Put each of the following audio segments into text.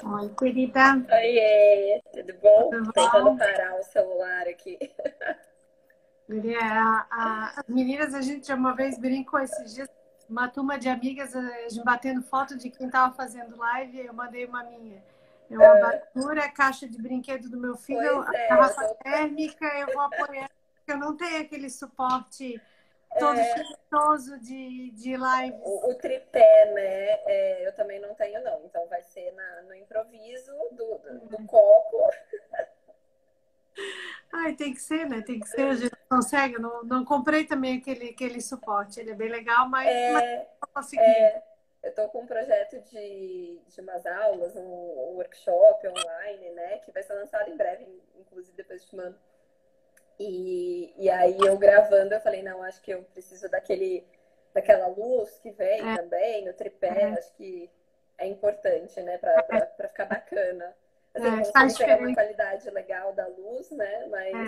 Oi, querida. Oiê, tudo bom? Tudo Tentando bom? parar o celular aqui. Guria, as meninas, a gente uma vez brincou esses dias, uma turma de amigas, a gente batendo foto de quem estava fazendo live, eu mandei uma minha. É uma barulho, caixa de brinquedo do meu filho, Pois a é, garrafa térmica, eu vou apoiar, porque eu não tenho aquele suporte todo é chistoso de lives. o tripé, né? Eu também não tenho, não. Então vai ser no improviso do copo. Ai, tem que ser, né? Tem que ser, a gente não consegue. Eu não comprei também aquele suporte. Ele é bem legal, mas É, não consegui. é, eu tô com um projeto de umas aulas, um workshop online, né? Que vai ser lançado em breve, inclusive depois te mando. E aí eu gravando, eu falei, não, acho que eu preciso daquela luz que vem É, também, no tripé, é, acho que é importante, né, pra ficar bacana. Assim, não faz consigo pegar uma diferença. qualidade legal da luz, né, É, mas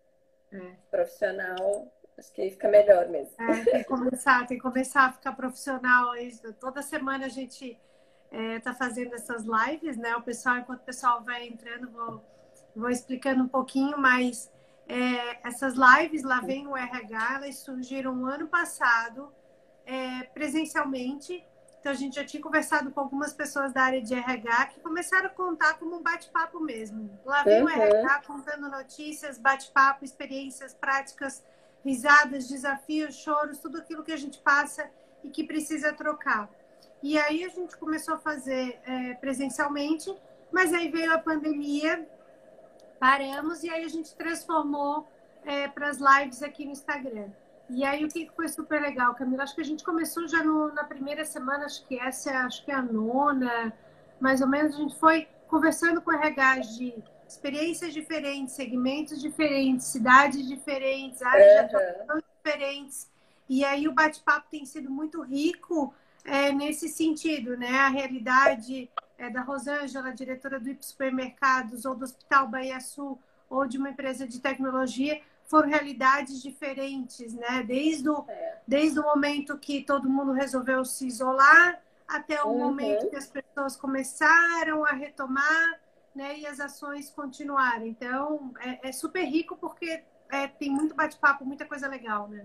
é, profissional, acho que fica melhor mesmo. tem que começar a ficar profissional. Toda semana a gente tá fazendo essas lives, né? Enquanto o pessoal vai entrando, vou explicando um pouquinho, mas essas lives, lá vem o RH, elas surgiram ano passado, presencialmente. Então, a gente já tinha conversado com algumas pessoas da área de RH que começaram a contar como um bate-papo mesmo. Lá vem o Uhum, RH contando notícias, bate-papo, experiências práticas, risadas, desafios, choros, tudo aquilo que a gente passa e que precisa trocar. E aí a gente começou a fazer presencialmente, mas aí veio a pandemia, paramos e aí a gente transformou para as lives aqui no Instagram. E aí o que foi super legal, Camila? Acho que a gente começou já na primeira semana, acho que é a nona, mais ou menos, a gente foi conversando com RHs de experiências diferentes, segmentos diferentes, cidades diferentes, áreas de uhum. atuação diferentes. E aí o bate-papo tem sido muito rico nesse sentido, né? A realidade da Rosângela, diretora do IP Supermercados, ou do Hospital Bahia Sul, ou de uma empresa de tecnologia, foram realidades diferentes, né? É. Desde o momento que todo mundo resolveu se isolar, até o momento Uhum. que as pessoas começaram a retomar, né? E as ações continuaram. Então, é super rico porque tem muito bate-papo, muita coisa legal, né?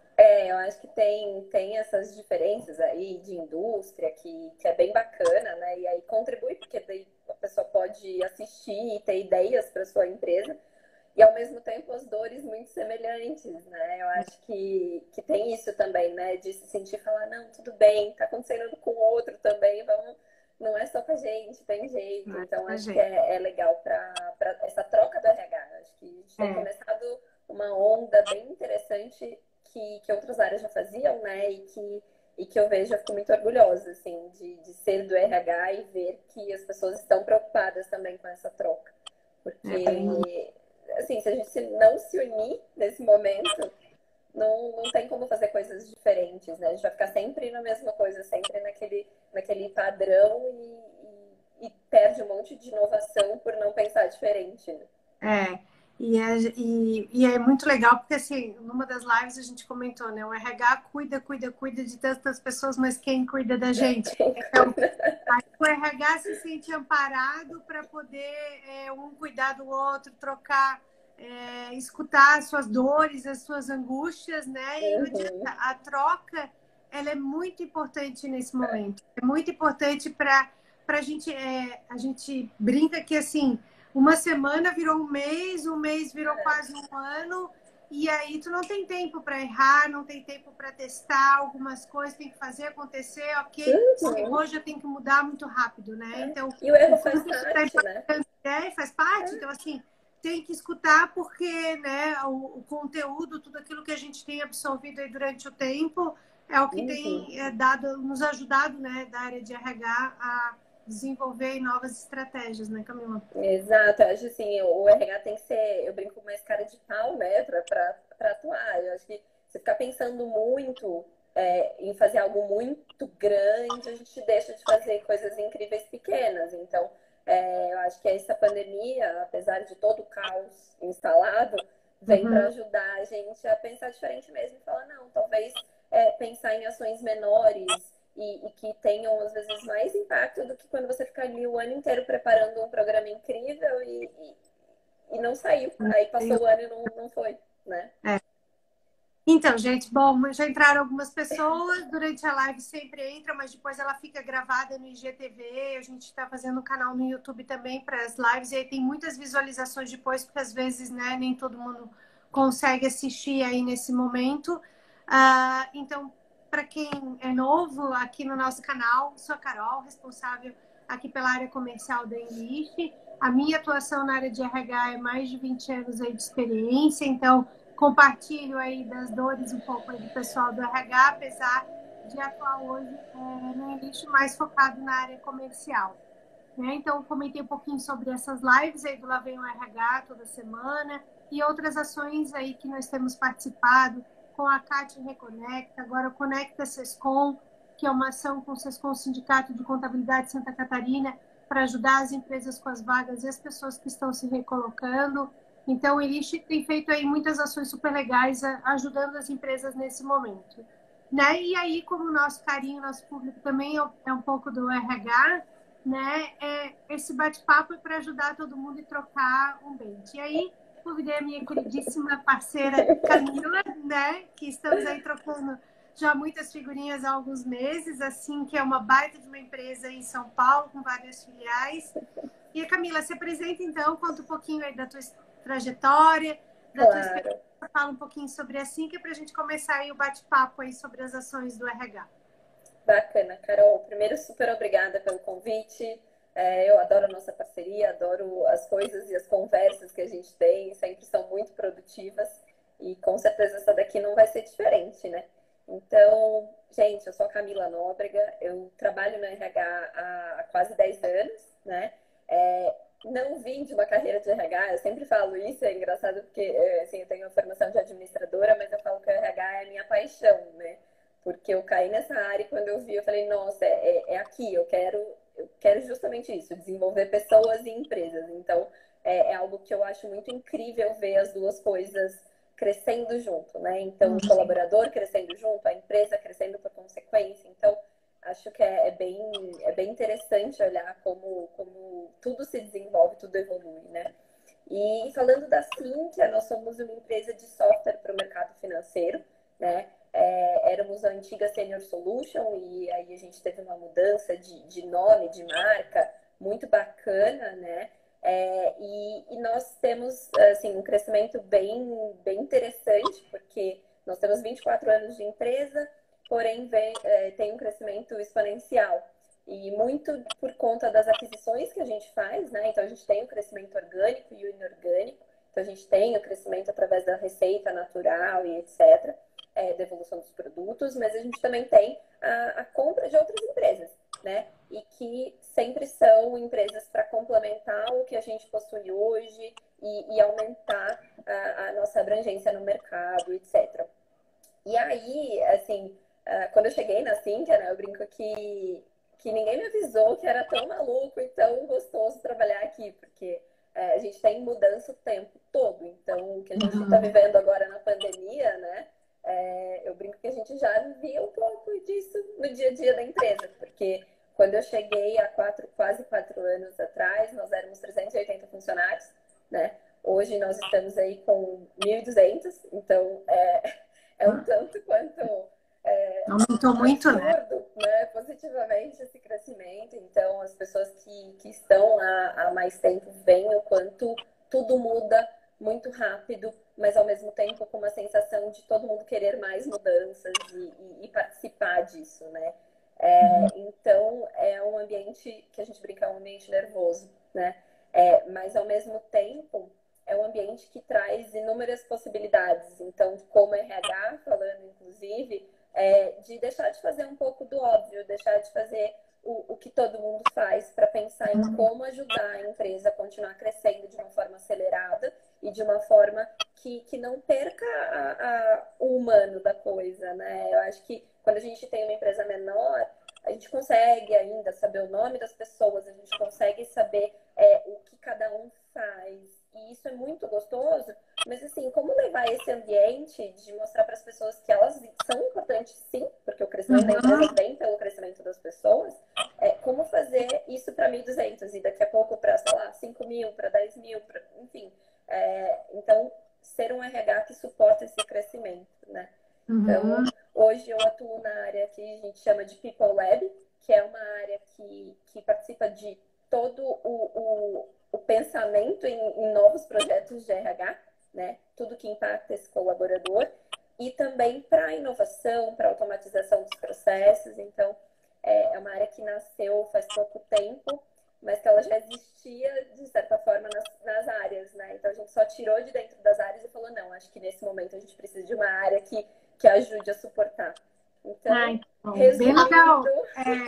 Eu acho que tem essas diferenças aí de indústria que é bem bacana, né? E aí contribui, porque daí a pessoa pode assistir e ter ideias para sua empresa, e ao mesmo tempo as dores muito semelhantes, né? Eu acho que tem isso também, né? De se sentir e falar, não, tudo bem, tá acontecendo com o outro também, vamos, não é só com a gente, tem jeito. Não é Então pra acho que gente. é legal para essa troca do RH. Acho que a gente tem É, começado uma onda bem interessante que outras áreas já faziam, né? E que eu vejo, eu fico muito orgulhosa, assim, de ser do RH e ver que as pessoas estão preocupadas também com essa troca. bem. Porque, assim, se a gente não se unir nesse momento, não tem como fazer coisas diferentes, né? A gente vai ficar sempre na mesma coisa, sempre naquele padrão e perde um monte de inovação por não pensar diferente, né? É, e é muito legal porque, assim, numa das lives a gente comentou, né? O RH cuida de tantas pessoas, mas quem cuida da gente? Então, aí o RH se sente amparado para poder um cuidar do outro, trocar, escutar as suas dores, as suas angústias, né? E não adianta, Uhum. a troca, ela é muito importante nesse momento. É muito importante para a gente brinca que, assim, uma semana virou um mês virou quase um ano, e aí tu não tem tempo para errar, não tem tempo para testar algumas coisas, tem que fazer acontecer, ok? Uhum. Hoje eu tenho que mudar muito rápido, né? Então, E o o erro faz quanto isso é parte, né? importante, faz parte. Então, assim, tem que escutar porque, né, o conteúdo, tudo aquilo que a gente tem absorvido aí durante o tempo é o que Uhum. tem nos ajudado, né, da área de RH a desenvolver novas estratégias, né, Camila? Exato, eu acho assim, o RH tem que ser, eu brinco, mais cara de pau, né, pra atuar. Eu acho que você ficar pensando muito em fazer algo muito grande, a gente deixa de fazer coisas incríveis pequenas. Então, eu acho que essa pandemia, apesar de todo o caos instalado, vem para Uhum. ajudar a gente a pensar diferente mesmo e falar, não, talvez pensar em ações menores e que tenham, às vezes, mais impacto do que quando você fica ali o ano inteiro preparando um programa incrível e não saiu. Aí passou o ano e não foi, né? É. Então, gente, bom, já entraram algumas pessoas, durante a live sempre entra, mas depois ela fica gravada no IGTV, a gente está fazendo um canal no YouTube também para as lives, e aí tem muitas visualizações depois, porque às vezes, né, nem todo mundo consegue assistir aí nesse momento. Então, para quem é novo aqui no nosso canal, sou a Carol, responsável aqui pela área comercial da Enlist. A minha atuação na área de RH é mais de 20 anos aí de experiência, então compartilho aí das dores um pouco aí do pessoal do RH, apesar de atuar hoje no Enlist mais focado na área comercial. Né? Então, comentei um pouquinho sobre essas lives aí do Lá Vem o RH toda semana e outras ações aí que nós temos participado com a CAT Reconecta, agora o Conecta Sescom, que é uma ação com o Sescom Sindicato de Contabilidade de Santa Catarina para ajudar as empresas com as vagas e as pessoas que estão se recolocando. Então, o Enlist tem feito aí muitas ações super legais ajudando as empresas nesse momento. Né? E aí, como o nosso carinho, nosso público também é um pouco do RH, né? Esse bate-papo é para ajudar todo mundo e trocar um beijo. E aí, convidei a minha queridíssima parceira Camila, né? Que estamos aí trocando já muitas figurinhas há alguns meses, assim, que é uma baita de uma empresa em São Paulo, com várias filiais. E a Camila, se apresenta então, conta um pouquinho aí da tua trajetória, da tua experiência, fala um pouquinho sobre a Sinqia para a gente começar aí o bate-papo aí sobre as ações do RH. Bacana, Carol. Primeiro, super obrigada pelo convite. Eu adoro a nossa parceria, adoro as coisas e as conversas que a gente tem, sempre são muito produtivas e com certeza essa daqui não vai ser diferente, né? Então, gente, eu sou a Camila Nóbrega, eu trabalho na RH há quase 10 anos, né? Não vim de uma carreira de RH, eu sempre falo isso, é engraçado porque assim, eu tenho a formação de administradora, mas eu falo que o RH é a minha paixão, né? Porque eu caí nessa área e quando eu vi, eu falei, nossa, é aqui, eu quero justamente isso, desenvolver pessoas e empresas. Então, é algo que eu acho muito incrível ver as duas coisas crescendo junto, né? Então, o colaborador crescendo junto, a empresa crescendo por consequência. Então, acho que é bem interessante olhar como tudo se desenvolve, tudo evolui, né? E falando da Sinqia, nós somos uma empresa de software para o mercado financeiro, né? Éramos a antiga Senior Solution e aí a gente teve uma mudança de nome, de marca, muito bacana, né? E nós temos assim, um crescimento bem interessante, porque nós temos 24 anos de empresa, porém tem um crescimento exponencial. E muito por conta das aquisições que a gente faz, né? Então a gente tem o crescimento orgânico e o inorgânico. Então a gente tem o crescimento através da receita natural e etc., da evolução dos produtos, mas a gente também tem a compra de outras empresas, né? E que sempre são empresas para complementar o que a gente possui hoje e aumentar a nossa abrangência no mercado, etc. E aí, assim, quando eu cheguei na Sinqia, né, eu brinco que ninguém me avisou que era tão maluco e tão gostoso trabalhar aqui, porque a gente tem mudança o tempo todo. Então, o que a gente está vivendo agora na pandemia, né? Eu brinco que a gente já vivia um pouco disso no dia a dia da empresa, porque quando eu cheguei há quase 4 anos atrás, nós éramos 380 funcionários, né? Hoje nós estamos aí com 1.200, então um tanto quanto aumentou muito, absurdo, né? Positivamente esse crescimento. Então, as pessoas que estão lá há mais tempo veem o quanto tudo muda muito rápido, mas ao mesmo tempo com uma sensação de todo mundo querer mais mudanças e participar disso, né? Então, é um ambiente que a gente brinca, é um ambiente nervoso, né? Mas ao mesmo tempo é um ambiente que traz inúmeras possibilidades. Então, como RH, falando inclusive, de deixar de fazer um pouco do óbvio, deixar de fazer o que todo mundo faz para pensar em como ajudar a empresa a continuar crescendo de uma forma acelerada e de uma forma que não perca o humano da coisa, né? Eu acho que quando a gente tem uma empresa menor, a gente consegue ainda saber o nome das pessoas, a gente consegue saber o que cada um faz. E isso é muito gostoso, mas assim, como levar esse ambiente de mostrar para as pessoas que elas são importantes sim, porque o crescimento da empresa vem pelo crescimento pessoas, como fazer isso para 1.200 e daqui a pouco para, sei lá, 5.000, para 10.000, enfim. Então, ser um RH que suporta esse crescimento, né? Então, hoje eu atuo na área que a gente chama de People Lab, que é uma área que participa de todo o pensamento em novos projetos de RH, né? Tudo que impacta esse colaborador. E também para inovação, para automatização dos processos. Então, é uma área que nasceu faz pouco tempo, mas que ela já existia, de certa forma, nas áreas, né? Então, a gente só tirou de dentro das áreas e falou, não, acho que nesse momento a gente precisa de uma área que ajude a suportar. Então, bem legal. resumindo...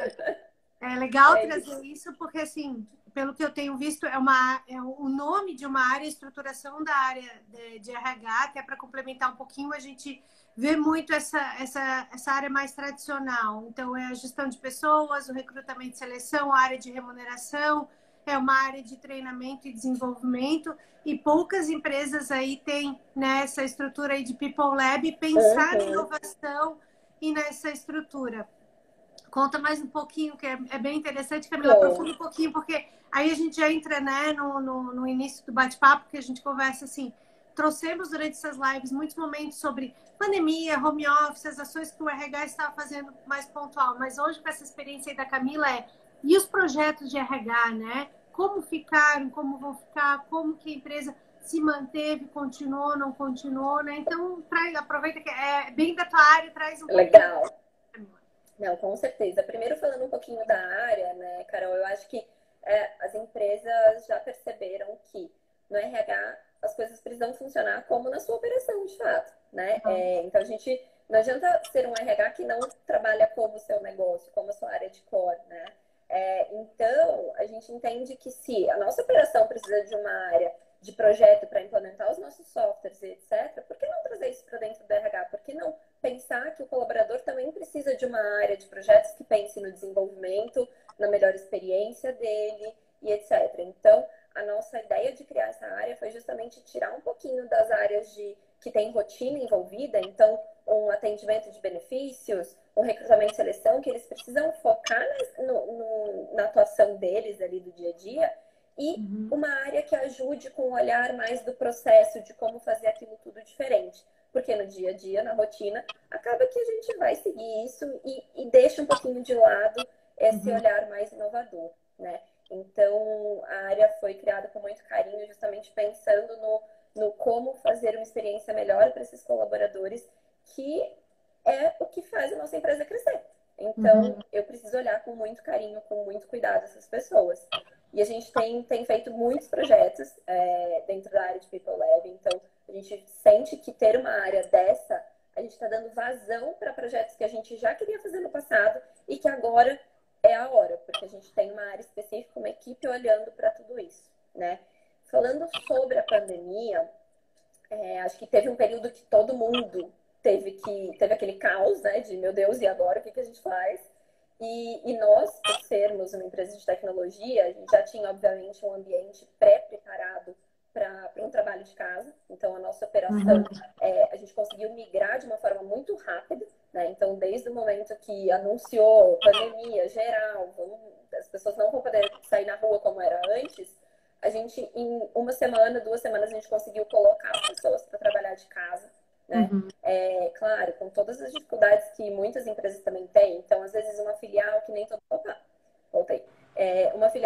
É legal trazer isso, porque, assim, pelo que eu tenho visto, o nome de uma área, estruturação da área de RH, até para complementar um pouquinho, a gente vê muito essa área mais tradicional. Então, é a gestão de pessoas, o recrutamento e seleção, a área de remuneração, é uma área de treinamento e desenvolvimento, e poucas empresas aí têm, né, essa estrutura aí de People Lab, pensar em inovação e nessa estrutura. Conta mais um pouquinho, que é bem interessante, Camila, aprofunda um pouquinho, porque aí a gente já entra, né, no início do bate-papo, que a gente conversa assim, trouxemos durante essas lives muitos momentos sobre pandemia, home office, as ações que o RH estava fazendo mais pontual, mas hoje com essa experiência aí da Camila e os projetos de RH, né? Como ficaram, como vão ficar, como que a empresa se manteve, continuou, não continuou, né? Então, aproveita que é bem da tua área, traz um pouquinho. Legal. Não, com certeza. Primeiro, falando um pouquinho da área, né, Carol, eu acho que as empresas já perceberam que no RH as coisas precisam funcionar como na sua operação, de fato, né? Então, a gente não adianta ser um RH que não trabalha como o seu negócio, como a sua área de core, né? Então, a gente entende que se a nossa operação precisa de uma área de projeto para implementar os nossos softwares, etc., por que não trazer isso para dentro do RH? Por que não pensar que o colaborador também precisa de uma área de projetos que pense no desenvolvimento, na melhor experiência dele e etc. Então, a nossa ideia de criar essa área foi justamente tirar um pouquinho das áreas que tem rotina envolvida, então um atendimento de benefícios, um recrutamento e seleção, que eles precisam focar na atuação deles ali do dia a dia, e uma área que ajude com o olhar mais do processo, de como fazer aquilo tudo diferente. Porque no dia a dia, na rotina, acaba que a gente vai seguir isso e deixa um pouquinho de lado esse olhar mais inovador, né? Então, a área foi criada com muito carinho, justamente pensando no como fazer uma experiência melhor para esses colaboradores, que é o que faz a nossa empresa crescer. Então, eu preciso olhar com muito carinho, com muito cuidado essas pessoas. E a gente tem feito muitos projetos dentro da área de People Lab. Então, a gente sente que ter uma área dessa, a gente está dando vazão para projetos que a gente já queria fazer no passado e que agora é a hora, porque a gente tem uma área específica, uma equipe olhando para tudo isso, né? Falando sobre a pandemia, acho que teve um período que todo mundo teve aquele caos, né? De, meu Deus, e agora o que a gente faz? E nós, por sermos uma empresa de tecnologia, a gente já tinha, obviamente, um ambiente pré-preparado para um trabalho de casa. Então, a nossa operação, a gente conseguiu migrar de uma forma muito rápida, né? Então, desde o momento que anunciou pandemia geral, as pessoas não vão poder sair na rua como era antes, a gente, em uma semana, 2 semanas, a gente conseguiu colocar as pessoas para trabalhar de casa, né? Claro, com todas as dificuldades que muitas empresas também têm. Então, às vezes, uma filial que nem todo... Opa, voltei. Uma filial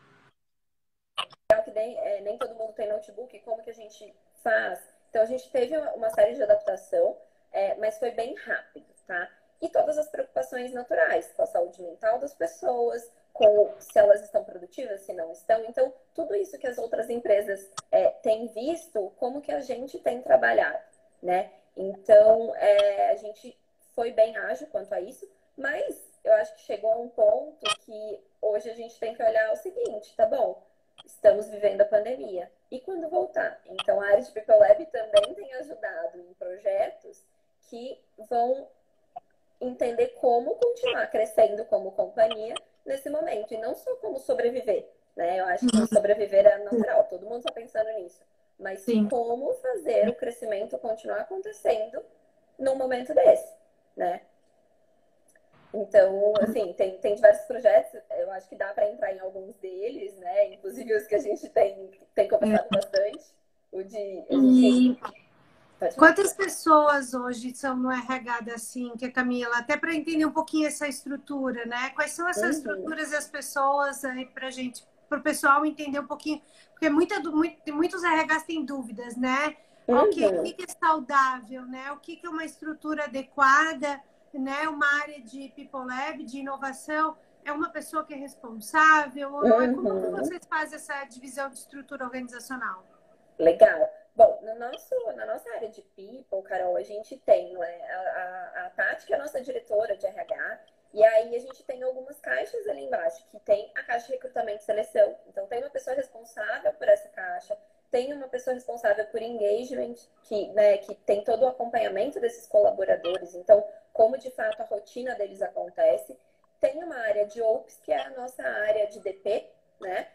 que nem todo mundo tem notebook, como que a gente faz? Então, a gente teve uma série de adaptação, mas foi bem rápido, tá? E todas as preocupações naturais, com a saúde mental das pessoas, com se elas estão produtivas, se não estão. Então, tudo isso que as outras empresas têm visto, como que a gente tem trabalhado, né? Então, a gente foi bem ágil quanto a isso, mas eu acho que chegou a um ponto que hoje a gente tem que olhar o seguinte, tá bom? Estamos vivendo a pandemia. E quando voltar? Então, a área de People Lab também tem ajudado em projetos que vão entender como continuar crescendo como companhia nesse momento. E não só como sobreviver, né? Eu acho que sobreviver é natural, todo mundo está pensando nisso. Mas como fazer o crescimento continuar acontecendo num momento desse, né? Então, assim, tem diversos projetos, eu acho que dá para entrar em alguns deles, né? Inclusive os que a gente tem conversado bastante. O de. A gente. E Pode falar. quantas pessoas hoje são no RH da Assim, que é Camila? Até para entender um pouquinho essa estrutura, né? Quais são essas Uhum, estruturas e as pessoas aí para gente, para o pessoal entender um pouquinho, porque muitos RHs têm dúvidas, né? Ok, o uhum, que é saudável, né? O que é uma estrutura adequada, né? Uma área de People Lab, de inovação, é uma pessoa que é responsável ou não é? Como que uhum. vocês fazem essa divisão de estrutura organizacional? Legal. Bom, na nossa área de People, Carol, a gente tem, né, a Tati, que é a nossa diretora de RH, e aí a gente tem algumas caixas ali embaixo, que tem a caixa de recrutamento e seleção. Então, tem uma pessoa responsável por essa caixa, tem uma pessoa responsável por engagement, que, né, que tem todo o acompanhamento desses colaboradores, então, como de fato a rotina deles acontece. Tem uma área de Ops, que é a nossa área de DP, né?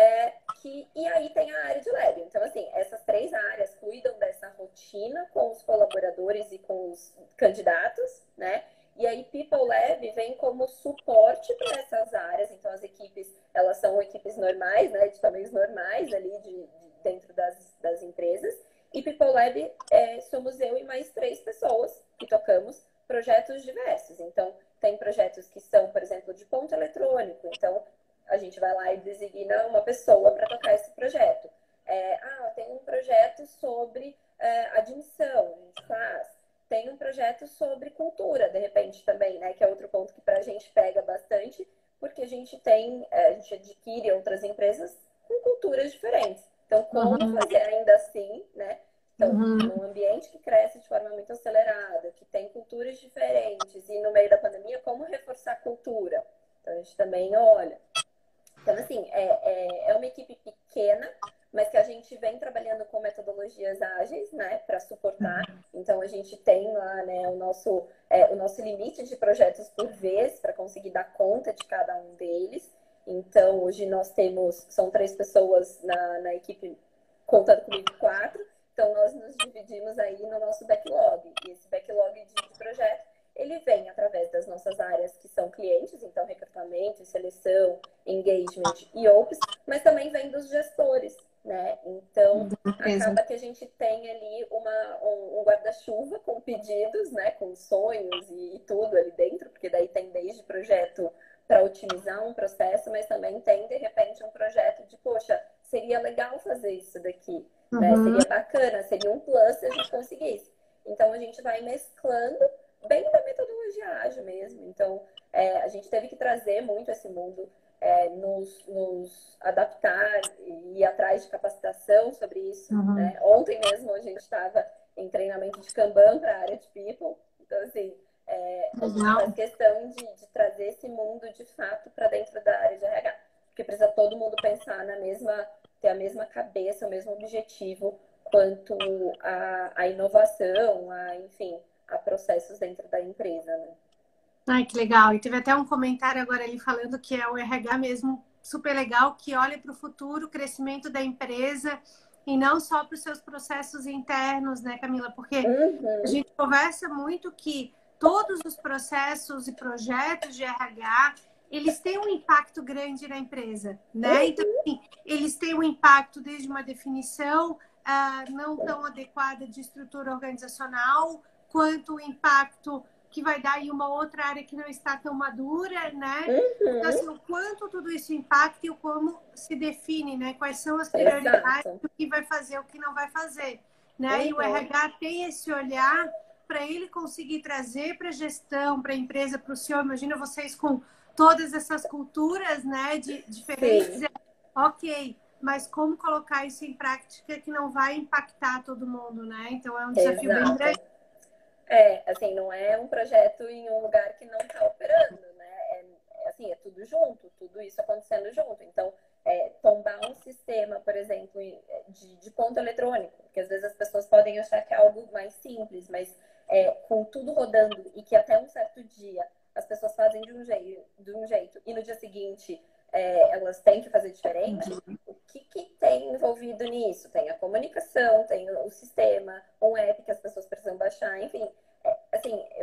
E aí tem a área de lab. Então, assim, essas três áreas cuidam dessa rotina com os colaboradores e com os candidatos, né? E aí, People Lab vem como suporte para essas áreas. Então, as equipes, elas são equipes normais, né? De tamanhos normais ali dentro das empresas. E People Lab somos eu e mais três pessoas que tocamos projetos diversos. Então, tem projetos que são, por exemplo, de ponto eletrônico. Então, a gente vai lá e designa uma pessoa para tocar esse projeto. Tem um projeto sobre admissão, a gente faz. Tem um projeto sobre cultura, de repente, também, né? Que é outro ponto que para a gente pega bastante, porque a gente a gente adquire outras empresas com culturas diferentes. Então, como Uhum, fazer ainda assim, né? Então, uhum. num ambiente que cresce de forma muito acelerada, que tem culturas diferentes, e no meio da pandemia, como reforçar a cultura? Então, a gente também olha. Então, assim, é uma equipe pequena, mas que a gente vem trabalhando com metodologias ágeis, né, para suportar. Então, a gente tem lá, né, o nosso limite de projetos por vez para conseguir dar conta de cada um deles. Então, hoje nós são três pessoas na equipe, contando comigo quatro. Então, nós nos dividimos aí no nosso backlog. E esse backlog de projeto, ele vem através das nossas áreas que são clientes, então recrutamento, seleção, engagement e Ops, mas também vem dos gestores, né? Então, Beleza. acaba que a gente tem ali um guarda-chuva com pedidos, né? Com sonhos e tudo ali dentro, porque daí tem desde projeto para otimizar um processo, mas também tem, de repente, um projeto de, poxa, seria legal fazer isso daqui, né? Uhum. Seria bacana, seria um plus se a gente conseguisse. Então, a gente vai mesclando bem da metodologia ágil mesmo. Então, a gente teve que trazer muito esse mundo, nos adaptar e ir atrás de capacitação sobre isso. Uhum. Né? Ontem mesmo a gente estava em treinamento de Kanban para a área de People. Então, assim, a gente faz Legal. questão de trazer esse mundo de fato para dentro da área de RH. Porque precisa todo mundo pensar ter a mesma cabeça, o mesmo objetivo quanto a inovação, enfim, a processos dentro da empresa, né? Ai, que legal. E teve até um comentário agora ali falando que é o RH mesmo super legal, que olha para o futuro, o crescimento da empresa e não só para os seus processos internos, né, Camila? Porque a Uhum, gente conversa muito que todos os processos e projetos de RH, eles têm um impacto grande na empresa, né? Então, uhum, assim, eles têm um impacto desde uma definição não tão adequada de estrutura organizacional, quanto o impacto que vai dar em uma outra área que não está tão madura, né? Então, uhum, assim, o quanto tudo isso impacta e o como se define, né? Quais são as prioridades, exato. o que vai fazer, o que não vai fazer, né? E o Uhum, RH tem esse olhar para ele conseguir trazer para a gestão, para a empresa, para o senhor. Imagina vocês com todas essas culturas, né, diferentes. sim, Ok, mas como colocar isso em prática que não vai impactar todo mundo, né? Então é um desafio bem grande. exato. Assim, não é um projeto em um lugar que não está operando, né? Assim, é tudo junto, tudo isso acontecendo junto. Então, tombar um sistema, por exemplo, de ponto eletrônico, porque às vezes as pessoas podem achar que é algo mais simples, mas com tudo rodando e que até um certo dia as pessoas fazem de um jeito e no dia seguinte elas têm que fazer diferente, o que tem envolvido nisso? Tem a comunicação, tem o sistema, um app que as pessoas precisam baixar, enfim. Assim,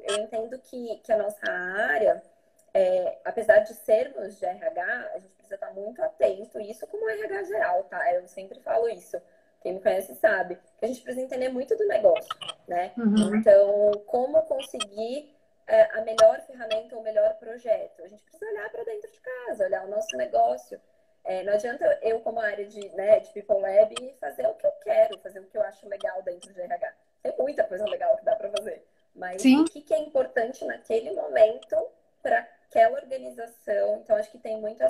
eu entendo que a nossa área, apesar de sermos de RH, a gente precisa estar muito atento, e isso como RH geral, tá? Eu sempre falo isso. Quem me conhece sabe que a gente precisa entender muito do negócio, né? Uhum. Então, como conseguir a melhor ferramenta, o melhor projeto? A gente precisa olhar para dentro de casa, olhar o nosso negócio. Não adianta eu, como área de People Lab, fazer o que eu quero, fazer o que eu acho legal dentro de RH. Tem muita coisa legal que dá para fazer. Mas Sim. o que é importante naquele momento para aquela organização? Então, acho que tem muito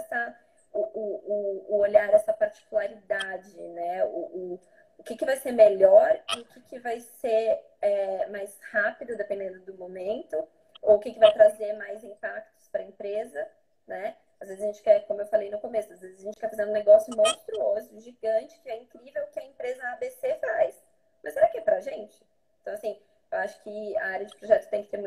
o olhar, essa particularidade, né? O que vai ser melhor e o que vai ser mais rápido, dependendo do momento, ou o que vai trazer mais impactos para a empresa, né? Às vezes a gente quer, como eu falei no começo, às vezes a gente quer fazer um negócio monstruoso, gigante, que é incrível que a empresa ABC faz. Mas será que é pra gente? Então, assim, eu acho que a área de projetos tem que ter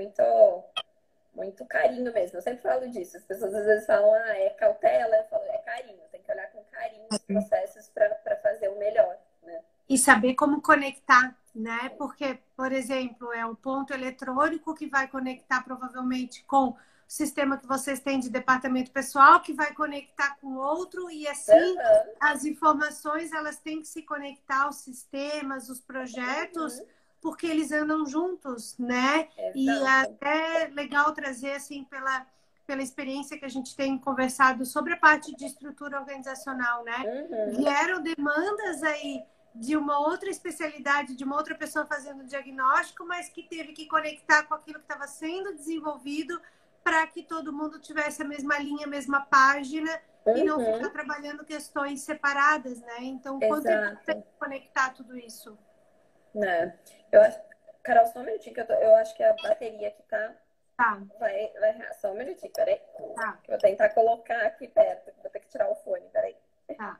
muito carinho mesmo. Eu sempre falo disso. As pessoas às vezes falam, é cautela. Eu falo, é carinho. Tem que olhar com carinho os processos para fazer o melhor, né? E saber como conectar, né? Porque, por exemplo, é o ponto eletrônico que vai conectar provavelmente com o sistema que vocês têm de departamento pessoal, que vai conectar com outro, e assim as informações elas têm que se conectar aos sistemas, os projetos, porque eles andam juntos, né? Exato. E é até legal trazer, assim, pela experiência que a gente tem conversado sobre a parte de estrutura organizacional, né? Vieram demandas aí de uma outra especialidade, de uma outra pessoa fazendo diagnóstico, mas que teve que conectar com aquilo que estava sendo desenvolvido para que todo mundo tivesse a mesma linha, a mesma página e não ficar trabalhando questões separadas, né? Então, quanto é importante conectar tudo isso? Eu acho... Carol, só um minutinho, que eu acho que a bateria aqui tá... Tá. Vai, só um minutinho, peraí. Tá. Eu vou tentar colocar aqui perto, vou ter que tirar o fone, peraí. Tá.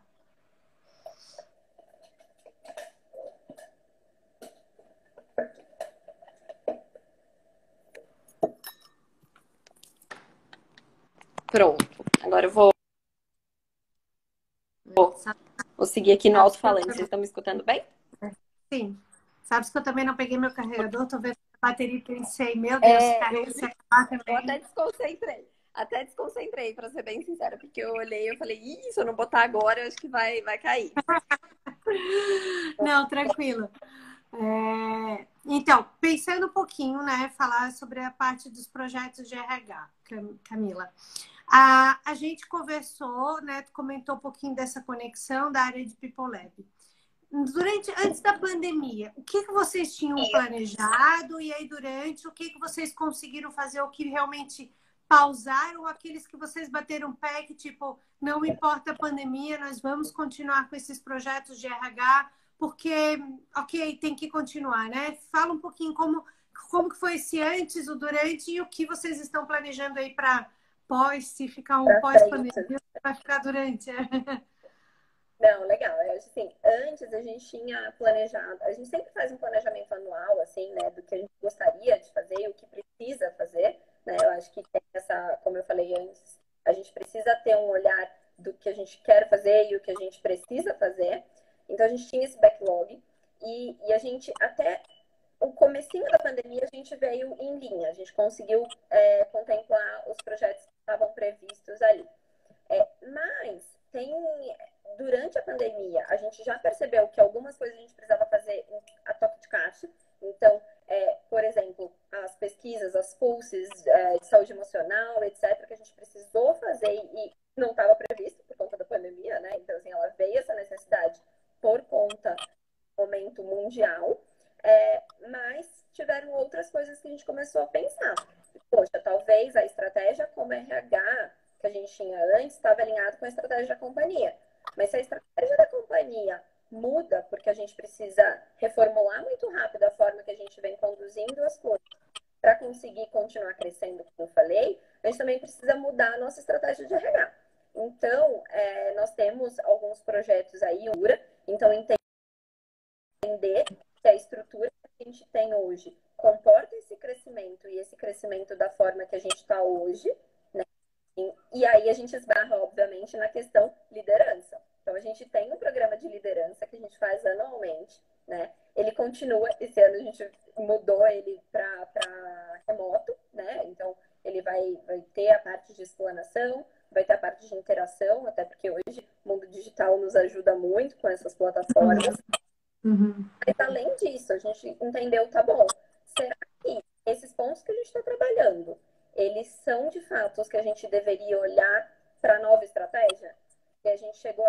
Pronto. Agora eu vou seguir aqui no alto-falante. Vocês estão me escutando bem? Sim. Sabes que eu também não peguei meu carregador, tô vendo a bateria e pensei, meu Deus, eu até desconcentrei, para ser bem sincera, porque eu olhei e falei, se eu não botar agora, eu acho que vai cair. Não, tranquilo. Então, pensando um pouquinho, né, falar sobre a parte dos projetos de RH, Camila. A gente conversou, né, comentou um pouquinho dessa conexão da área de People Lab. Antes da pandemia, o que vocês tinham planejado? E aí, durante, o que vocês conseguiram fazer? O que realmente pausaram? Aqueles que vocês bateram pé, que tipo, não importa a pandemia, nós vamos continuar com esses projetos de RH, porque, ok, tem que continuar, né? Fala um pouquinho como que foi esse antes, o durante e o que vocês estão planejando aí para pós, se ficar um pós-pandemia, vai ficar durante. Não, legal. Eu acho assim, antes a gente tinha planejado, a gente sempre faz um planejamento anual, assim, né, do que a gente gostaria de fazer e o que precisa fazer, né? Eu acho que tem essa, como eu falei antes, a gente precisa ter um olhar do que a gente quer fazer e o que a gente precisa fazer. Então a gente tinha esse backlog e a gente até o comecinho da pandemia a gente veio em linha, a gente conseguiu contemplar os projetos que estavam previstos ali. Mas durante a pandemia, a gente já percebeu que algumas coisas a gente precisava fazer a toque de caixa. Então, por exemplo, as pesquisas, as pulses de saúde emocional, etc., que a gente precisou fazer e não estava previsto por conta da pandemia, né? Então, assim, ela veio essa necessidade por conta do momento mundial, mas tiveram outras coisas que a gente começou a pensar. Poxa, talvez a estratégia como RH que a gente tinha antes estava alinhado com a estratégia da companhia. Mas se a estratégia da companhia muda, porque a gente precisa reformular muito rápido a forma que a gente vem conduzindo as coisas para conseguir continuar crescendo, como eu falei, a gente também precisa mudar a nossa estratégia de RH. Então, nós temos alguns projetos aí, então entender que a estrutura que a gente tem hoje comporta esse crescimento e esse crescimento da forma que a gente está hoje, né? E aí a gente esbarra, obviamente, na questão liderança. Então, a gente tem um programa de liderança que a gente faz anualmente, né? Ele continua, esse ano a gente mudou ele para remoto, vai ter a parte de explanação, vai ter a parte de interação, até porque hoje o mundo digital nos ajuda muito com essas plataformas. Uhum. Mas além disso, a gente entendeu, tá bom, será que esses pontos que a gente está trabalhando, eles são de fato os que a gente deveria olhar para a nova estratégia? E a gente chegou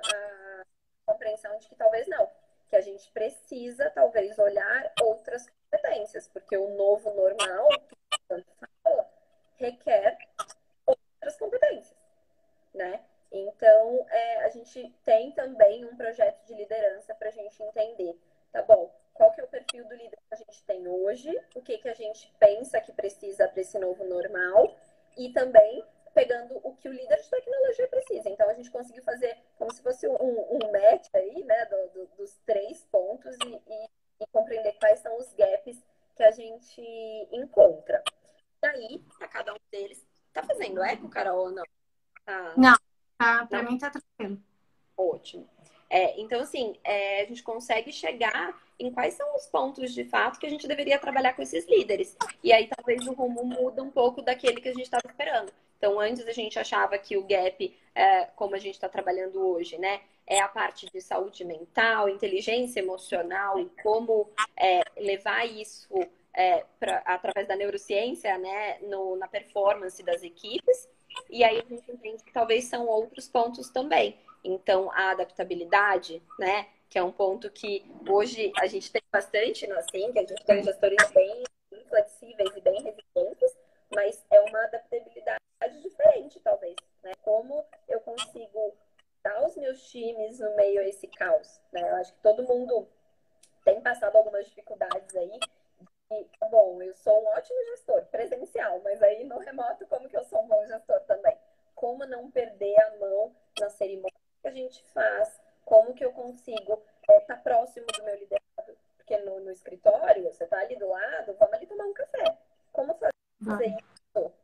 à compreensão de que talvez não, que a gente precisa talvez olhar outras competências, porque o novo normal, que tanto fala, requer outras competências, né? Então, a gente tem também um projeto de liderança para a gente entender, tá bom, qual que é o perfil do líder que a gente tem hoje, o que, que a gente pensa que precisa para esse novo normal, e também pegando o que o líder de tecnologia precisa. Então, a gente conseguiu fazer como se fosse um match aí, né, dos 3 pontos e compreender quais são os gaps que a gente encontra. Daí, para cada um deles, tá fazendo eco, Carol, ou não? Tá. Não, tá, para Não? mim tá tranquilo. Ótimo. Então, assim, a gente consegue chegar em quais são os pontos de fato que a gente deveria trabalhar com esses líderes. E aí, talvez o rumo muda um pouco daquele que a gente estava esperando. Então, antes a gente achava que o gap, como a gente está trabalhando hoje, né, é a parte de saúde mental, inteligência emocional e como levar isso através da neurociência, né, na performance das equipes. E aí a gente entende que talvez são outros pontos também. Então, a adaptabilidade, né? Que é um ponto que hoje a gente tem bastante no Assim, que a gente tem gestores bem flexíveis e bem resilientes, mas é uma adaptabilidade diferente, talvez, né? Como eu consigo dar os meus times no meio a esse caos, né? Eu acho que todo mundo tem passado algumas dificuldades aí. E, bom, eu sou um ótimo gestor presencial, mas aí no remoto, como que eu sou um bom gestor também? Como não perder a mão na cerimônia que a gente faz? Como que eu consigo estar próximo do meu liderado? Porque no escritório, você está ali do lado, vamos ali tomar um café. Como fazer isso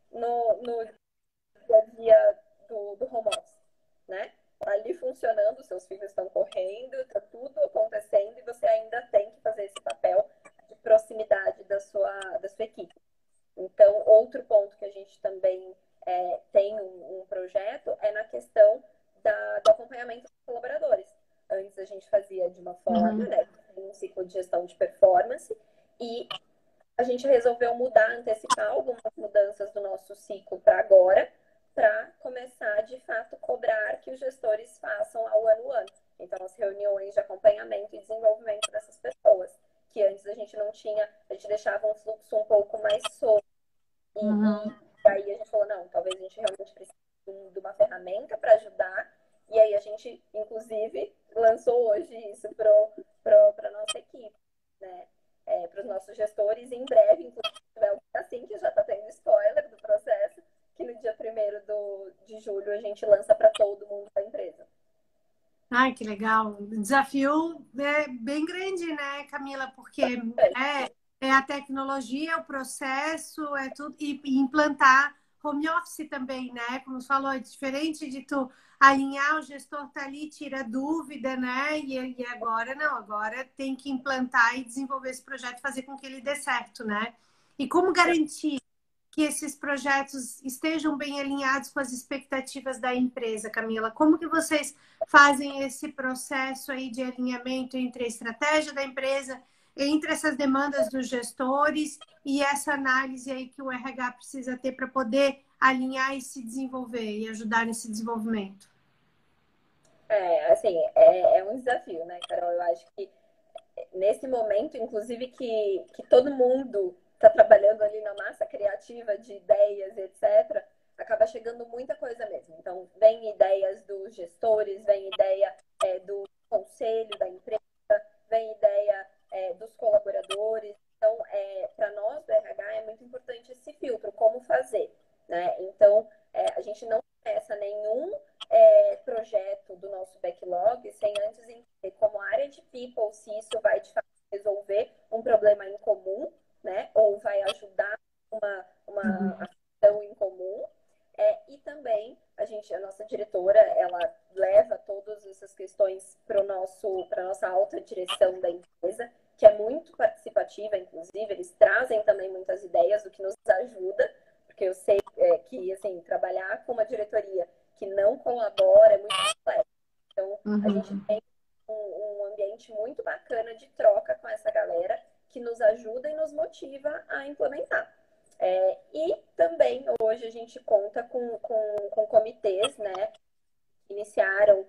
no dia a dia do home office, né? Tá ali funcionando, seus filhos estão correndo, está tudo acontecendo e você ainda tem que fazer esse papel de proximidade da sua equipe. Então, outro ponto que a gente também tem um projeto é na questão do acompanhamento dos colaboradores. Antes a gente fazia de uma forma, né, um ciclo de gestão de performance, e a gente resolveu mudar, antecipar algumas mudanças do nosso ciclo para agora, para começar, de fato, cobrar que os gestores façam ao ano. Então, as reuniões de acompanhamento e desenvolvimento dessas pessoas, que antes a gente não tinha, a gente deixava um fluxo um pouco mais solto. E aí a gente falou, não, talvez a gente realmente precise de uma ferramenta para ajudar. E aí a gente, inclusive, lançou hoje isso para a nossa equipe, né? Para os nossos gestores. Em breve, inclusive, assim que já está tendo spoiler do processo, que no dia 1º de julho a gente lança para todo mundo da empresa. Ai, que legal. O desafio é bem grande, né, Camila? Porque é a tecnologia, o processo, é tudo, e implantar home office também, né? Como você falou, é diferente de tu alinhar, o gestor tá ali, tira dúvida, né? E agora não, agora tem que implantar e desenvolver esse projeto, fazer com que ele dê certo, né? E como garantir que esses projetos estejam bem alinhados com as expectativas da empresa, Camila? Como que vocês fazem esse processo aí de alinhamento entre a estratégia da empresa, entre essas demandas dos gestores e essa análise aí que o RH precisa ter para poder alinhar e se desenvolver e ajudar nesse desenvolvimento? Assim, é um desafio, né, Carol? Eu acho que nesse momento, inclusive, que todo mundo está trabalhando ali na massa criativa de ideias, etc., acaba chegando muita coisa mesmo. Então, vem ideias dos gestores, vem ideia do conselho da empresa, vem ideia dos colaboradores. Então, para nós do RH é muito importante esse filtro, como fazer, né? Então, a gente não começa nenhum projeto do nosso backlog sem antes entender como área de people se isso vai de fato resolver um problema em comum, né? Ou vai ajudar uma ação em comum. E também a nossa diretora, ela leva todas essas questões para nossa alta direção da empresa, que é muito participativa, inclusive, eles trazem também muitas ideias, o que nos ajuda, porque eu sei que, assim, trabalhar com uma diretoria que não colabora é muito complexo. Então, a gente tem um ambiente muito bacana de troca com essa galera que nos ajuda e nos motiva a implementar. E também hoje a gente conta com comitês, né, que iniciaram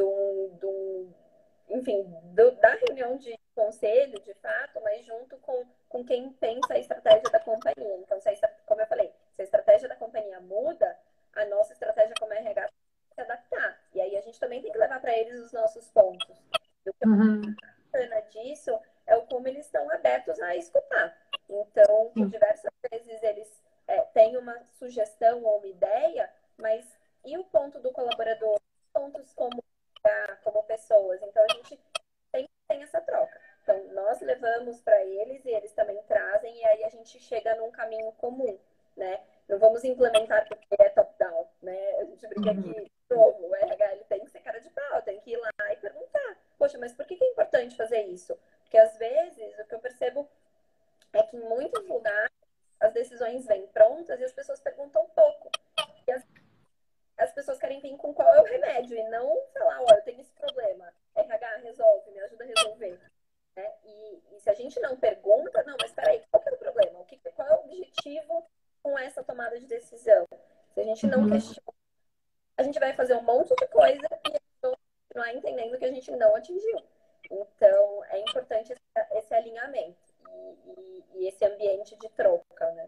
da reunião de conselho, de fato, mas junto com quem pensa a estratégia da companhia. Então, como eu falei, se a estratégia da companhia muda, a nossa estratégia como RH tem que se adaptar. E aí a gente também tem que levar para eles os nossos pontos. E o que bacana disso é o como eles estão abertos a escutar. Então, por diversas vezes eles têm uma sugestão ou uma ideia, mas e o ponto do colaborador? Pontos como pessoas. Então, a gente tem essa troca. Então, nós levamos para eles e eles também trazem, e aí a gente chega num caminho comum, né? Não vamos implementar porque é top-down, né? A gente brinca aqui, de novo, o RH ele tem que ser cara de pau, tem que ir lá e perguntar. Poxa, mas por que é importante fazer isso? Porque às vezes o que eu percebo é que em muitos lugares as decisões vêm prontas e as pessoas perguntam pouco. E as pessoas querem vir com qual é o remédio e não falar, olha, eu tenho esse problema. RH, resolve, me ajuda a resolver. Né? E se a gente não pergunta, não, mas peraí, qual que é o problema? Qual é o objetivo com essa tomada de decisão? Se a gente não questiona, a gente vai fazer um monte de coisa e vão continuar entendendo que a gente não atingiu. Então, é importante esse alinhamento e esse ambiente de troca, né?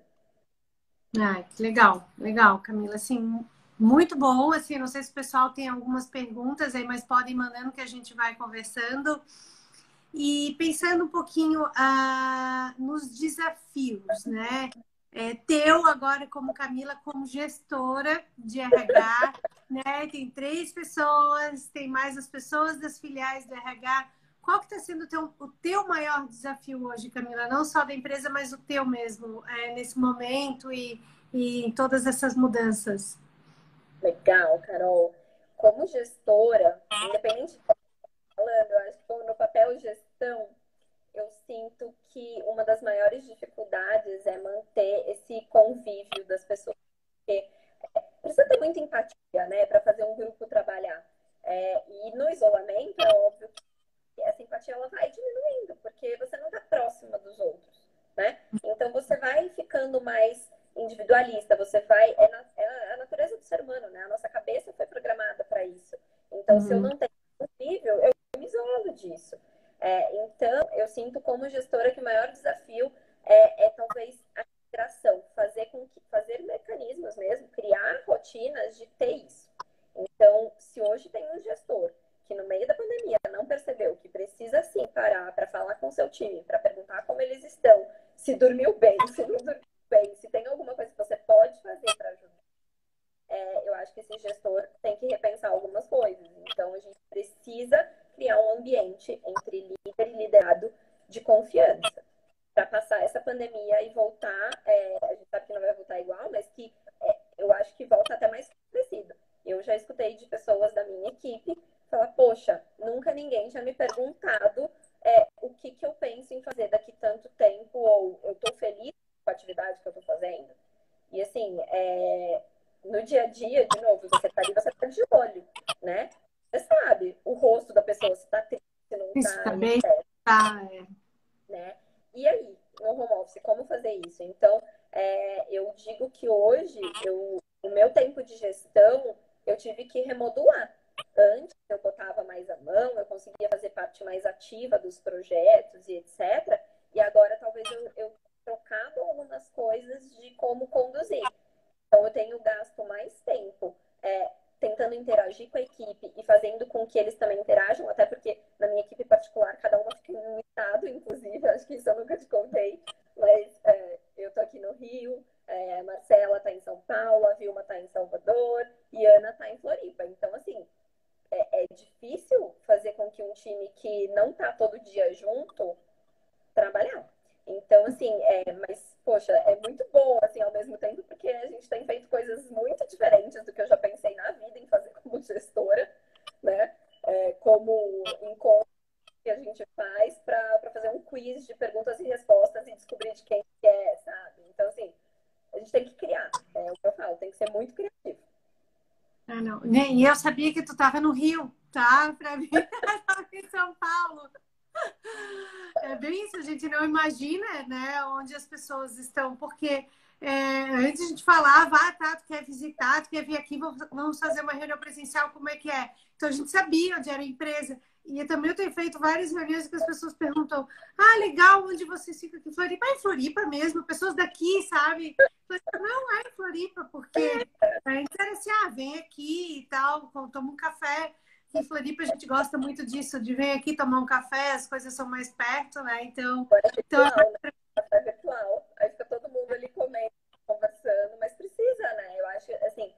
Que legal, legal, Camila. Assim, muito bom. Assim, não sei se o pessoal tem algumas perguntas aí, mas podem ir mandando que a gente vai conversando. E pensando um pouquinho nos desafios, né? Teu agora como Camila, como gestora de RH, né? Tem 3 pessoas, tem mais as pessoas das filiais do RH. Qual que está sendo o teu maior desafio hoje, Camila? Não só da empresa, mas o teu mesmo, nesse momento e em todas essas mudanças? Legal, Carol. Como gestora, independente de falando, eu acho que no papel gestão, eu sinto que uma das maiores dificuldades é manter esse convívio das pessoas. Porque precisa ter muita empatia, né, para fazer um grupo trabalhar. E no isolamento, é óbvio que essa empatia ela vai diminuindo, porque você não está próxima dos outros, né? Então você vai ficando mais individualista, você vai. É a natureza do ser humano, né? A nossa cabeça foi programada para isso. Então, se eu não tenho convívio, eu me isolo disso. Então, eu sinto como gestora que o maior desafio é talvez a integração, fazer mecanismos mesmo, criar rotinas de ter isso. Então, se hoje tem um gestor que no meio da pandemia não percebeu que precisa sim parar para falar com seu time, para perguntar como eles estão, se dormiu bem, se não dormiu bem, se tem alguma coisa que você pode fazer para ajudar, eu acho que esse gestor tem que repensar algumas coisas. Então, a gente precisa criar um ambiente entre líder e liderado de confiança para passar essa pandemia e voltar. A gente sabe que não vai voltar igual, mas que eu acho que volta até mais fortalecida. Eu já escutei de pessoas da minha equipe falar: poxa, nunca ninguém tinha me perguntado o que eu penso em fazer daqui tanto tempo, ou eu estou feliz com a atividade que eu estou fazendo. E assim, no dia a dia, de novo, você tá ali, você tá de olho, né? Você sabe o rosto da pessoa, se tá triste, se não Isso tá, também etc, está. né? E aí, no home office, como fazer isso? Então, eu digo que hoje, o meu tempo de gestão, eu tive que remodular. Antes, eu botava mais a mão, eu conseguia fazer parte mais ativa dos projetos e etc. E agora, talvez eu trocado algumas coisas de como conduzir. Então, eu tenho gasto mais tempo tentando interagir com a equipe e fazendo com que eles também interajam, até porque na minha equipe particular, cada uma fica em um estado, inclusive, acho que isso eu nunca te contei, mas eu tô aqui no Rio, a Marcela tá em São Paulo, a Vilma tá em Salvador e a Ana tá em Floripa. Então, assim, é difícil fazer com que um time que não tá todo dia junto trabalhar. Então, assim, mas, poxa, é muito bom, assim, ao mesmo tempo, porque a gente tem feito coisas muito diferentes do que eu já pensei na vida em fazer como gestora, né? Como encontro que a gente faz para fazer um quiz de perguntas e respostas e descobrir de quem é, sabe? Então, assim, a gente tem que criar. tem que ser muito criativo. Ah, não. Nem eu sabia que tu estava no Rio, tá? Para mim, estava em São Paulo. É bem isso, a gente não imagina, né, onde as pessoas estão, porque antes a gente falava, ah, tá, tu quer visitar, tu quer vir aqui, vamos fazer uma reunião presencial, como é que é? Então a gente sabia onde era a empresa. E também eu tenho feito várias reuniões que as pessoas perguntam, ah, legal, onde vocês ficam aqui? Floripa? É em Floripa mesmo, pessoas daqui, sabe? Não é em Floripa, porque a gente era assim, ah, vem aqui e tal, toma um café. Em Floripa a gente gosta muito disso, de vir aqui tomar um café, as coisas são mais perto, né? Agora é virtual, né? É virtual. Aí fica todo mundo ali comendo, conversando, mas precisa, né? Eu acho, assim,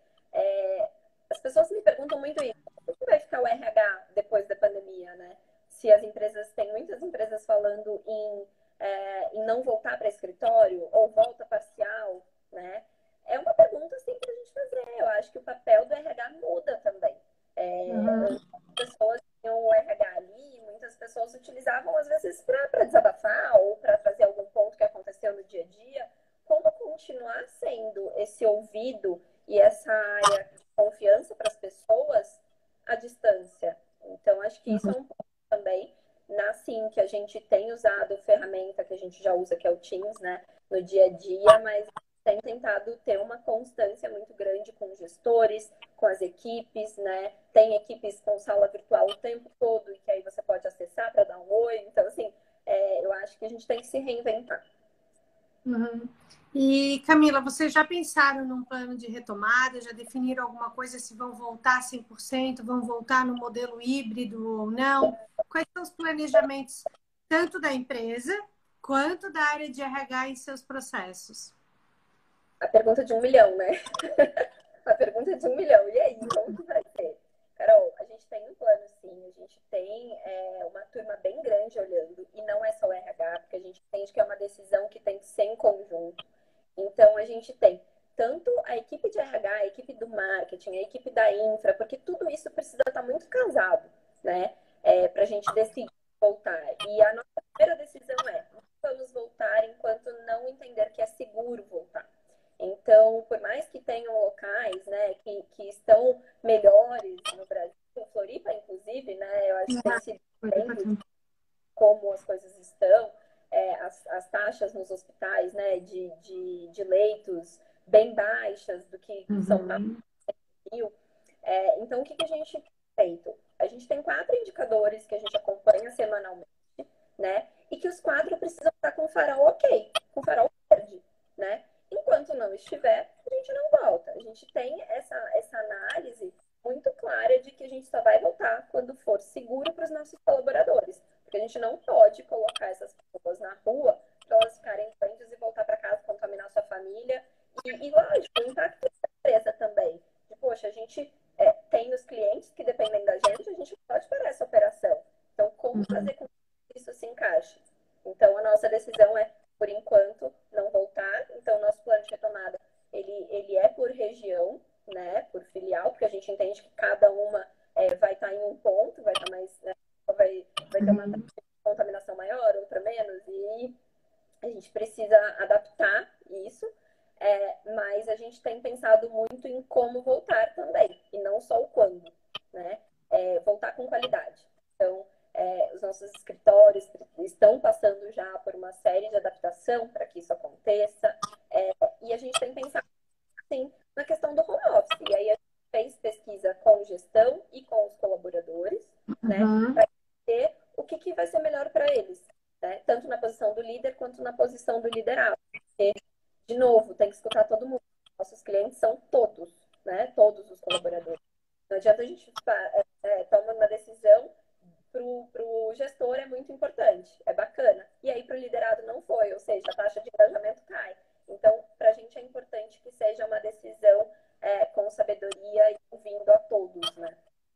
as pessoas me perguntam muito isso. Como vai ficar o RH depois da pandemia, né? Se as empresas, tem muitas empresas falando em não voltar para escritório ou volta parcial, né? É uma pergunta assim para a gente fazer. Eu acho que o papel do RH muda também. As pessoas tinham o RH ali, muitas pessoas utilizavam às vezes para desabafar ou para trazer algum ponto que aconteceu no dia a dia. Como continuar sendo esse ouvido e essa área de confiança para as pessoas à distância? Então, acho que isso é um ponto também. Na Sim, que a gente tem usado ferramenta que a gente já usa, que é o Teams, né, no dia a dia, mas tem tentado ter uma constância muito grande com os gestores, com as equipes, né? Tem equipes com sala virtual o tempo todo e que aí você pode acessar para dar um oi. Então, assim, eu acho que a gente tem que se reinventar. Uhum. E, Camila, vocês já pensaram num plano de retomada? Já definiram alguma coisa se vão voltar 100%, vão voltar no modelo híbrido ou não? Quais são os planejamentos, tanto da empresa quanto da área de RH em seus processos? A pergunta de 1 milhão, né? A pergunta de 1 milhão. E aí, como que vai ser? Carol, a gente tem um plano sim, a gente tem uma turma bem grande olhando, e não é só o RH, porque a gente entende que é uma decisão que tem que ser em conjunto. Então, a gente tem tanto a equipe de RH, a equipe do marketing, a equipe da infra, porque tudo isso precisa estar muito casado, né? Para a gente decidir voltar. E a nossa primeira decisão não vamos voltar enquanto não entender que é seguro voltar. Então, por mais que tenham locais, né, que estão melhores no Brasil, Floripa, inclusive, né, eu acho que tem sido exemplo de como as coisas estão, as taxas nos hospitais, né, de leitos bem baixas do que São Paulo. Então, o que a gente tem feito? A gente tem 4 indicadores que a gente acompanha semanalmente, né? E que os 4 precisam estar com o farol ok, com o farol verde, né? Enquanto não estiver, a gente não volta. A gente tem essa análise muito clara de que a gente só vai voltar quando for seguro para os nossos colaboradores. Porque a gente não pode colocar essas pessoas na rua para elas ficarem doentes e voltar para casa, contaminar sua família. E lógico, o impacto da empresa também. De, poxa, a gente tem os clientes que dependem da gente, a gente pode parar essa operação. Então, como fazer com que isso se encaixe? Então, a nossa decisão é, por enquanto, não voltar. Então, o nosso plano de retomada, ele é por região, né, por filial, porque a gente entende que cada uma vai estar em um ponto, vai estar mais, né, vai ter uma contaminação maior, outra menos, e a gente precisa adaptar isso. Mas a gente tem pensado muito em como voltar também, e não só o quando, né? Voltar com qualidade. Então, os nossos escritórios estão passando já por uma série de adaptação para que isso aconteça, e a gente tem pensado, sim, na questão do home office. E aí a gente fez pesquisa com gestão e com os colaboradores, né? Para ver o que vai ser melhor para eles, né? Tanto na posição do líder quanto na posição do liderado. Porque, de novo, tem que escutar todo mundo. Nossos clientes são todos, né? Todos os colaboradores. Não adianta a gente tomar uma decisão para o gestor é muito importante, é bacana. E aí para o liderado não foi, ou seja, a taxa de engajamento cai. Então, para a gente é importante que seja uma decisão com sabedoria e ouvindo a todos, né?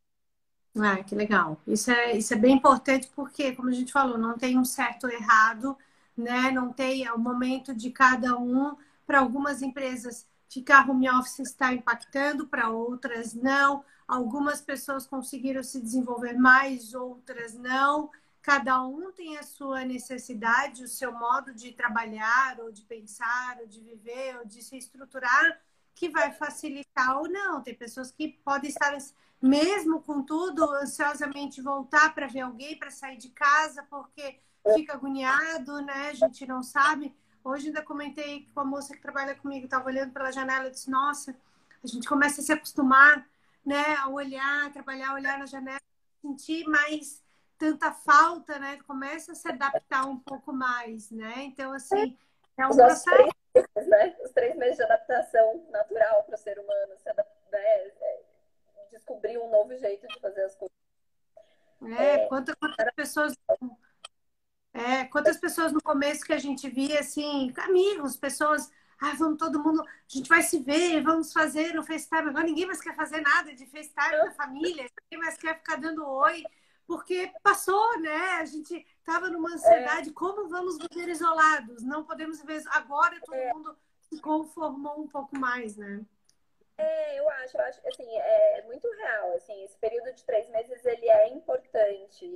Ah, que legal. Isso é bem importante porque, como a gente falou, não tem um certo ou errado, né? Não tem o momento de cada um. Para algumas empresas, ficar home office está impactando, para outras não. Algumas pessoas conseguiram se desenvolver mais, outras não. Cada um tem a sua necessidade, o seu modo de trabalhar, ou de pensar, ou de viver, ou de se estruturar. que vai facilitar ou não. Tem pessoas que podem estar, mesmo com tudo, ansiosamente voltar para ver alguém, para sair de casa, porque fica agoniado, né? A gente não sabe. Hoje ainda comentei com a moça que trabalha comigo, estava olhando pela janela e disse, nossa, a gente começa a se acostumar, né, a olhar, trabalhar, olhar na janela, sentir mais tanta falta, né? Começa a se adaptar um pouco mais, né? Então, assim, é Os um nossos processo. 3 meses, né? Os 3 meses de adaptação natural para o ser humano, né? Descobrir um novo jeito de fazer as coisas. Quantas pessoas no começo que a gente via, assim, amigos, pessoas, vamos todo mundo, a gente vai se ver, vamos fazer no FaceTime. Agora ninguém mais quer fazer nada de FaceTime da família, ninguém mais quer ficar dando oi, porque passou, né? A gente estava numa ansiedade, como vamos viver isolados? Não podemos viver. Agora todo mundo se conformou um pouco mais, né? Eu acho, assim, é muito real, assim, esse período de 3 meses, ele é importante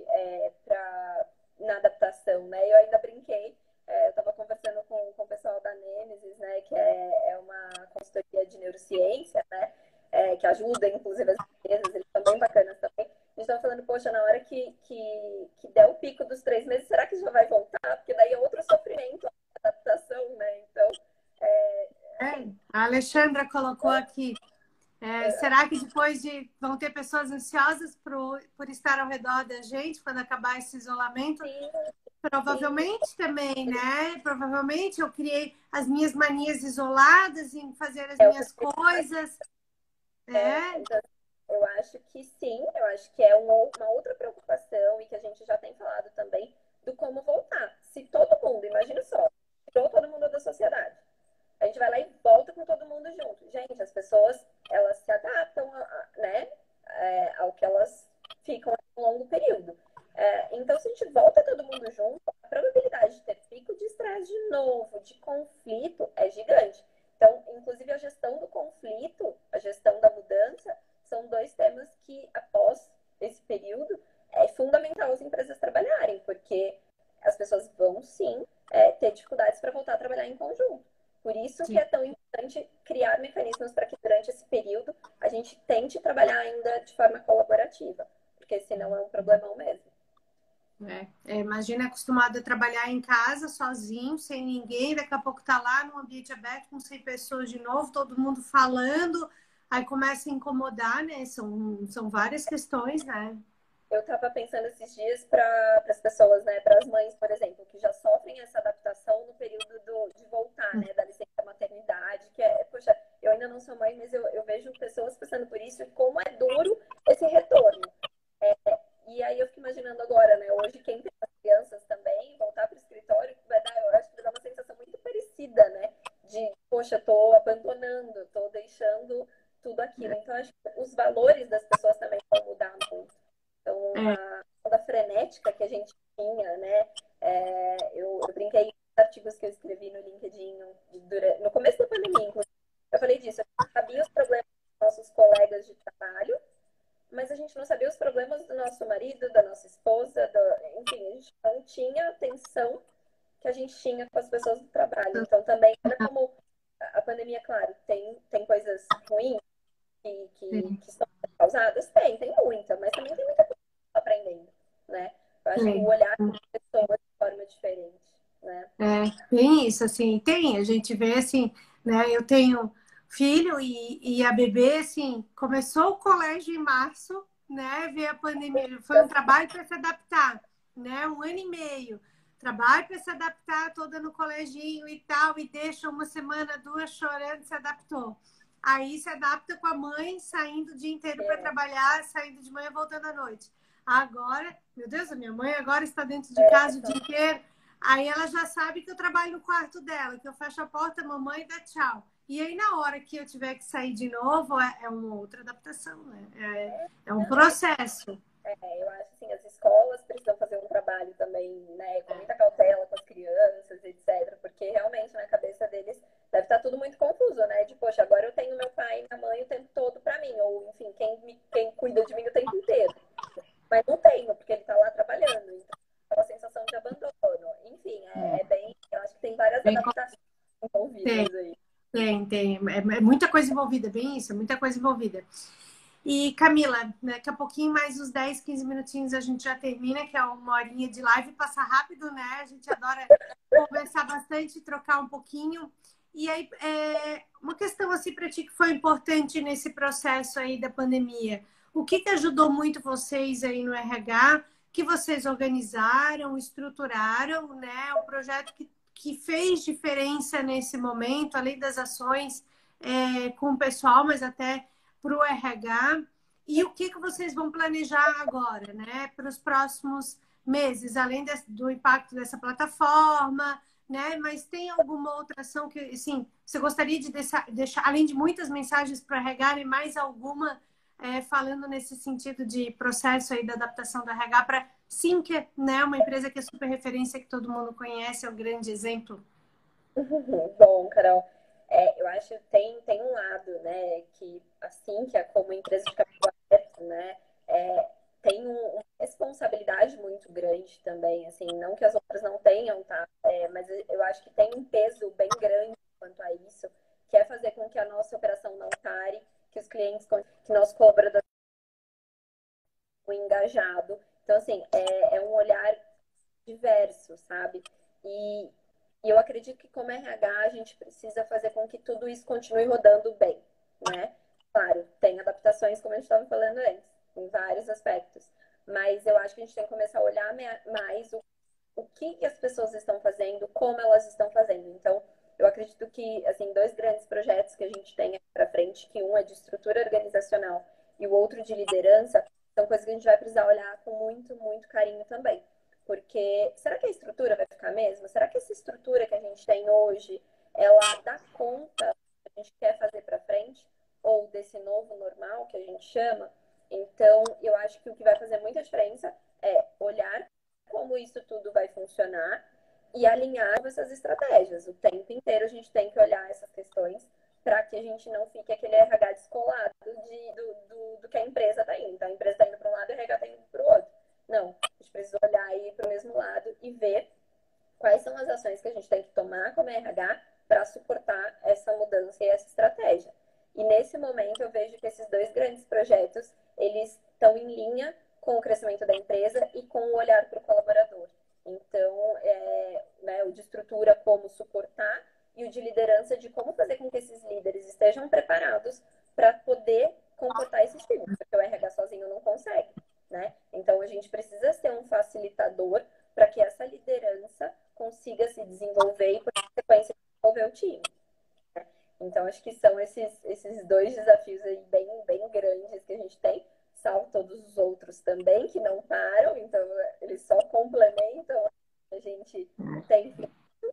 na adaptação, né? Eu ainda brinquei, eu estava conversando com o pessoal da Nemesis, né, que é uma consultoria de neurociência, né, que ajuda, inclusive, as empresas, eles são bem bacanas também. A gente estava falando, poxa, na hora que der o pico dos 3 meses, será que já vai voltar? Porque daí é outro sofrimento, a adaptação, né? Então, assim, A Alexandra colocou aqui. Será que depois vão ter pessoas ansiosas por estar ao redor da gente quando acabar esse isolamento? sim, Provavelmente também, né? Provavelmente eu criei as minhas manias isoladas em fazer as é o que minhas coisas. então, eu acho que sim, eu acho que é uma outra preocupação e que a gente já tem falado também do como voltar. Se todo mundo, imagina só, tirou todo mundo da sociedade, a gente vai lá e volta com todo mundo junto. Gente, as pessoas, elas se adaptam, né, ao que elas ficam um longo período. Então, se a gente volta todo mundo junto, a probabilidade de ter pico de estresse de novo, de conflito, é gigante. Então, inclusive, a gestão do conflito, a gestão da mudança, são dois temas que, após esse período, é fundamental as empresas trabalharem, porque as pessoas vão, sim, ter dificuldades para voltar a trabalhar em conjunto. Por isso que Sim. é tão importante criar mecanismos para que, durante esse período, a gente tente trabalhar ainda de forma colaborativa, porque senão é um problemão mesmo. Imagina acostumado a trabalhar em casa, sozinho, sem ninguém, daqui a pouco tá lá num ambiente aberto com 100 pessoas de novo, todo mundo falando, aí começa a incomodar, né? São várias questões, né? Eu estava pensando esses dias para as pessoas, né, para as mães, por exemplo, que já sofrem essa adaptação no período de voltar, né, da licença maternidade, que poxa, eu ainda não sou mãe, mas eu vejo pessoas passando por isso e como é duro esse retorno. E aí eu fico imaginando agora, né, hoje quem tem as crianças também, voltar para o escritório, vai dar, eu acho que vai dar uma sensação muito parecida, né, de, poxa, tô abandonando, tô deixando tudo aquilo. Então, acho que os valores das pessoas também vão mudar muito. Então, a frenética que a gente tinha, né? Eu brinquei com os artigos que eu escrevi no LinkedIn no começo da pandemia, inclusive. Eu falei disso, a gente sabia os problemas dos nossos colegas de trabalho, mas a gente não sabia os problemas do nosso marido, da nossa esposa, enfim, a gente não tinha atenção que a gente tinha com as pessoas do trabalho. Então, também, olha como a pandemia, claro, tem coisas ruins que estão causadas? Tem muita, mas também tem muita coisa que está aprendendo, né? Eu acho que o olhar para as pessoas de forma diferente, né? Tem isso, assim, tem, a gente vê assim, né? Eu tenho filho e a bebê, assim, começou o colégio em março, né? Veio a pandemia, foi um trabalho para se adaptar, né? 1 ano e meio, trabalho para se adaptar, toda no coleginho e tal, e deixa uma semana, duas chorando, se adaptou. Aí se adapta com a mãe saindo o dia inteiro para trabalhar, saindo de manhã, voltando à noite. Agora, meu Deus, a minha mãe agora está dentro de casa o dia inteiro. Aí ela já sabe que eu trabalho no quarto dela, que eu fecho a porta, mamãe, dá tchau. E aí, na hora que eu tiver que sair de novo, é uma outra adaptação, né? É um processo. Eu acho assim, as escolas precisam fazer um trabalho também, né, com muita cautela com as crianças, etc. Porque realmente na cabeça deles deve estar tudo muito confuso, né? De, poxa, agora eu tenho meu pai e minha mãe o tempo todo para mim, ou enfim, quem cuida de mim o tempo inteiro. Mas não tenho, porque ele está lá trabalhando. Então, é uma sensação de abandono. Enfim, bem. Eu acho que tem várias adaptações envolvidas aí. Tem. É muita coisa envolvida, bem isso, é muita coisa envolvida. E Camila, daqui a pouquinho, mais uns 10, 15 minutinhos a gente já termina, que é uma horinha de live, passa rápido, né? A gente adora conversar bastante, trocar um pouquinho. E aí, uma questão assim para ti que foi importante nesse processo aí da pandemia. O que ajudou muito vocês aí no RH, que vocês organizaram, estruturaram, né? O projeto que fez diferença nesse momento, além das ações com o pessoal, mas até para o RH. E o que vocês vão planejar agora, né? Para os próximos meses, além do impacto dessa plataforma, né? Mas tem alguma outra ação que, assim, você gostaria de deixar além de muitas mensagens para RH, mais alguma falando nesse sentido de processo aí da adaptação do RH para Sinqia, né? Uma empresa que é super referência, que todo mundo conhece, é um grande exemplo. Bom, Carol, eu acho que tem um lado, né, que assim que é como empresa de capital aberto, né, tem uma responsabilidade muito grande também, assim, não que as outras não tenham, tá? Mas eu acho que tem um peso bem grande quanto a isso, que é fazer com que a nossa operação não pare, que os clientes, que nossos colaboradores estejam engajados. Então, assim, é um olhar diverso, sabe? E eu acredito que como RH a gente precisa fazer com que tudo isso continue rodando bem, né? Claro, tem adaptações, como a gente estava falando antes, em vários aspectos. Mas eu acho que a gente tem que começar a olhar mais o que as pessoas estão fazendo, como elas estão fazendo. Então, eu acredito que, assim, dois grandes projetos que a gente tem para frente, que um é de estrutura organizacional e o outro de liderança, são coisas que a gente vai precisar olhar com muito, muito carinho também. Porque será que a estrutura vai ficar a mesma? Será que essa estrutura que a gente tem hoje, ela dá conta do que a gente quer fazer para frente? Ou desse novo normal que a gente chama? Então, eu acho que o que vai fazer muita diferença é olhar como isso tudo vai funcionar e alinhar essas estratégias. O tempo inteiro a gente tem que olhar essas questões para que a gente não fique aquele RH descolado do que a empresa está indo. Então, a empresa está indo para um lado e o RH está indo para o outro. Não, a gente precisa olhar aí para o mesmo lado e ver quais são as ações que a gente tem que tomar como RH para suportar essa mudança e essa estratégia. E nesse momento eu vejo que esses dois grandes projetos, eles estão em linha com o crescimento da empresa e com o olhar para o colaborador. Então, né, o de estrutura, como suportar, e o de liderança, de como fazer com que esses líderes estejam preparados para poder comportar esses times, porque o RH sozinho não consegue, né? Então, a gente precisa ser um facilitador para que essa liderança consiga se desenvolver e, por consequência, desenvolver o time. Então, acho que são esses dois desafios aí bem grandes que a gente tem, salvo todos os outros também, que não param, então eles só complementam. A gente tem de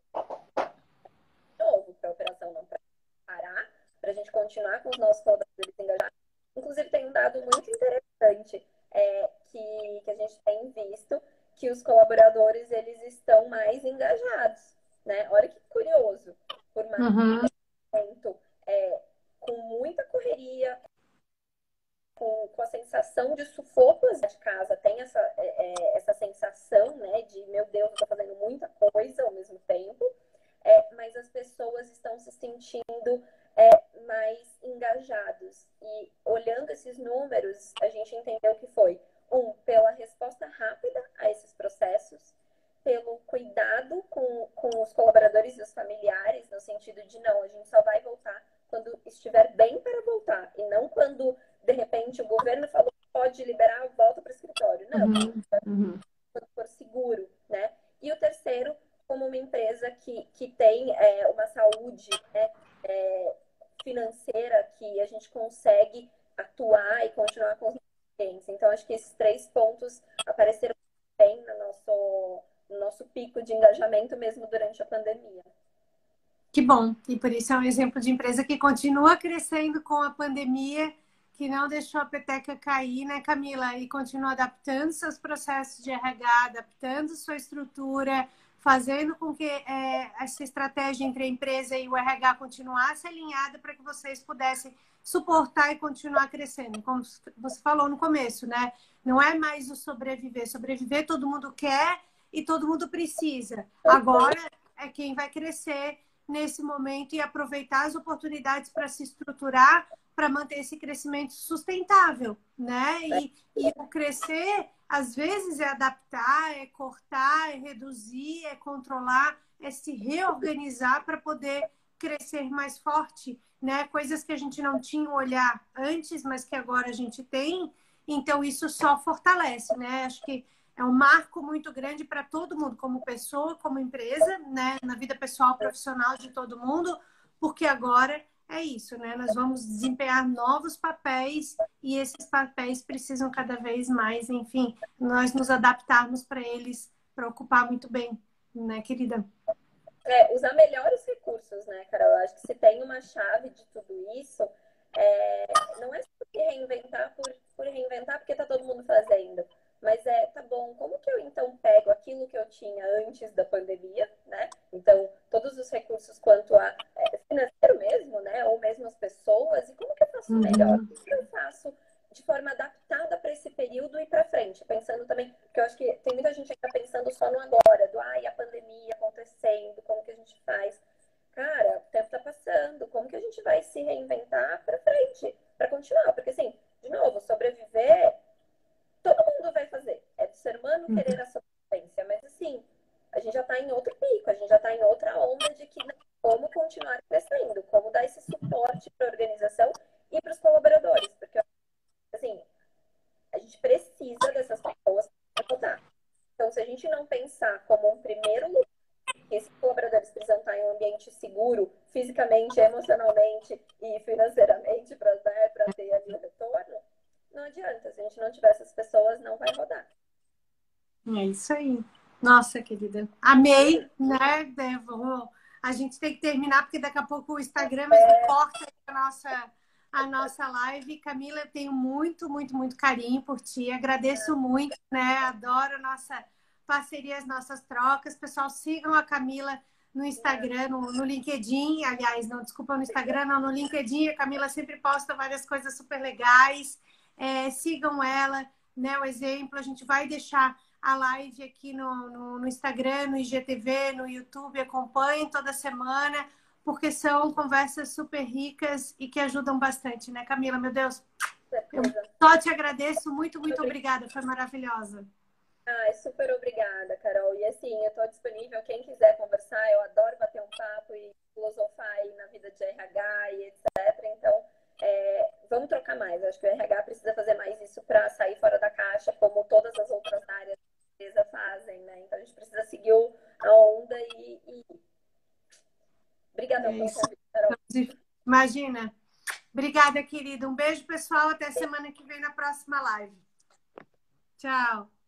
novo para a operação não parar, para a gente continuar com os nossos colaboradores engajados. Inclusive, tem um dado muito interessante que a gente tem visto, que os colaboradores eles estão mais engajados, né? Olha que curioso. Por mais momento, com muita correria, com a sensação de sufoco de casa, tem essa sensação, né, de meu Deus, eu tô fazendo muita coisa ao mesmo tempo, mas as pessoas estão se sentindo mais engajados. E olhando esses números, a gente entendeu que foi, pela resposta rápida a esses processos, pelo cuidado com os colaboradores e os familiares, no sentido de não, a gente só vai voltar quando estiver bem para voltar, e não quando, de repente, o governo falou que pode liberar, volta para o escritório. Não, quando for seguro, né? E o terceiro, como uma empresa que tem uma saúde, né, financeira, que a gente consegue atuar e continuar com os clientes. Então, acho que esses três pontos apareceram bem no nosso pico de engajamento mesmo durante a pandemia. Que bom. E por isso é um exemplo de empresa que continua crescendo com a pandemia, que não deixou a peteca cair, né, Camila? E continua adaptando seus processos de RH, adaptando sua estrutura, fazendo com que essa estratégia entre a empresa e o RH continuasse alinhada para que vocês pudessem suportar e continuar crescendo. Como você falou no começo, né? Não é mais o sobreviver. Sobreviver todo mundo quer e todo mundo precisa. Agora é quem vai crescer nesse momento e aproveitar as oportunidades para se estruturar, para manter esse crescimento sustentável, né? E o crescer, às vezes, é adaptar, é cortar, é reduzir, é controlar, é se reorganizar para poder crescer mais forte, né? Coisas que a gente não tinha um olhar antes, mas que agora a gente tem. Então, isso só fortalece, né? Acho que é um marco muito grande para todo mundo, como pessoa, como empresa, né? Na vida pessoal, profissional de todo mundo, porque agora é isso, né? Nós vamos desempenhar novos papéis e esses papéis precisam cada vez mais, enfim, nós nos adaptarmos para eles, para ocupar muito bem, né, querida? Usar melhores recursos, né, Carol? Eu acho que se tem uma chave de tudo isso, não é só reinventar por reinventar, porque tá todo mundo fazendo. Mas tá bom, como que eu então pego aquilo que eu tinha antes da pandemia, né? Então, todos os recursos quanto a financeiro mesmo, né? Ou mesmo as pessoas, e como que eu faço melhor? Uhum. O que eu faço de forma adaptada para esse período e para frente? Pensando também, porque eu acho que tem muita gente que está pensando só no agora, do ai, a pandemia acontecendo, como que a gente faz? Cara, o tempo tá passando, como que a gente vai se reinventar para frente, para continuar? Porque assim, de novo, sobreviver todo mundo vai fazer. É do ser humano querer a sobrevivência, mas assim, a gente já está em outro pico, a gente já está em outra onda de que como continuar crescendo, como dar esse suporte para a organização e para os colaboradores, porque assim, a gente precisa dessas pessoas para mudar. Então, se a gente não pensar como um primeiro lugar que esses colaboradores precisam estar em um ambiente seguro, fisicamente, emocionalmente e financeiramente, para ter ali o retorno, não adianta. Se a gente não tiver essas pessoas, não vai rodar. É isso aí. Nossa, querida. Amei, né? A gente tem que terminar, porque daqui a pouco o Instagram mesmo corta a nossa live. Camila, eu tenho muito, muito, muito carinho por ti. Agradeço muito, né? Adoro nossa parceria, as nossas trocas. Pessoal, sigam a Camila no Instagram, no LinkedIn. Aliás, não, desculpa, no Instagram, não, no LinkedIn. A Camila sempre posta várias coisas super legais. Sigam ela, né? O exemplo, a gente vai deixar a live aqui no Instagram, no IGTV, no YouTube. Acompanhem toda semana, porque são conversas super ricas e que ajudam bastante, né, Camila? Meu Deus, eu só te agradeço. Muito, muito obrigada. Foi maravilhosa. Ai, super obrigada, Carol. E assim, eu estou disponível. Quem quiser conversar, eu adoro bater um papo e filosofar aí na vida de RH e etc. Então, vamos trocar mais. Eu acho que o RH precisa fazer mais isso para sair fora da caixa, como todas as outras áreas da empresa fazem, né? Então, a gente precisa seguir a onda e... Obrigadão pelo convite, Carol. Imagina. Obrigada, querida. Um beijo, pessoal. Até semana que vem na próxima live. Tchau.